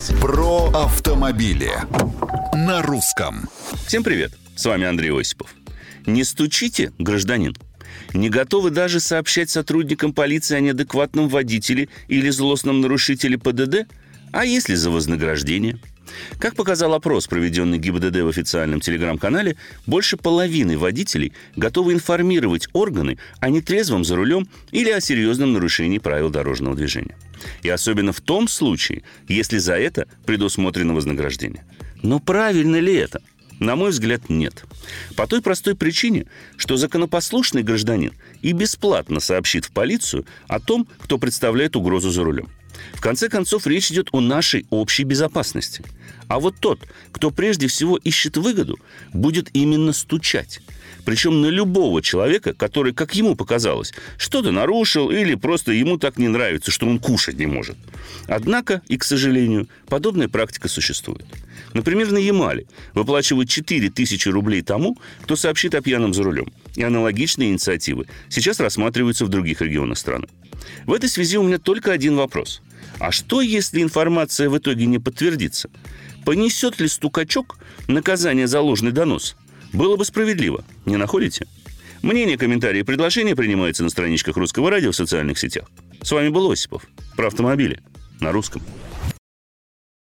Про автомобили на русском. Всем привет, с вами Андрей Осипов. Не стучите, гражданин. Не готовы даже сообщать сотрудникам полиции о неадекватном водителе или злостном нарушителе ПДД? А если за вознаграждение? Как показал опрос, проведенный ГИБДД в официальном телеграм-канале, больше половины водителей готовы информировать органы о нетрезвом за рулем или о серьезном нарушении правил дорожного движения. И особенно в том случае, если за это предусмотрено вознаграждение. Но правильно ли это? На мой взгляд, нет. По той простой причине, что законопослушный гражданин и бесплатно сообщит в полицию о том, кто представляет угрозу за рулем. В конце концов, речь идет о нашей общей безопасности. А вот тот, кто прежде всего ищет выгоду, будет именно стучать. Причем на любого человека, который, как ему показалось, что-то нарушил или просто ему так не нравится, что он кушать не может. Однако, и, к сожалению, подобная практика существует. Например, на Ямале выплачивают 4000 рублей тому, кто сообщит о пьяном за рулем. И аналогичные инициативы сейчас рассматриваются в других регионах страны. В этой связи у меня только один вопрос. А что, если информация в итоге не подтвердится? Понесет ли стукачок наказание за ложный донос? Было бы справедливо, не находите? Мнения, комментарии и предложения принимаются на страничках Русского радио в социальных сетях. С вами был Осипов. Про автомобили на русском.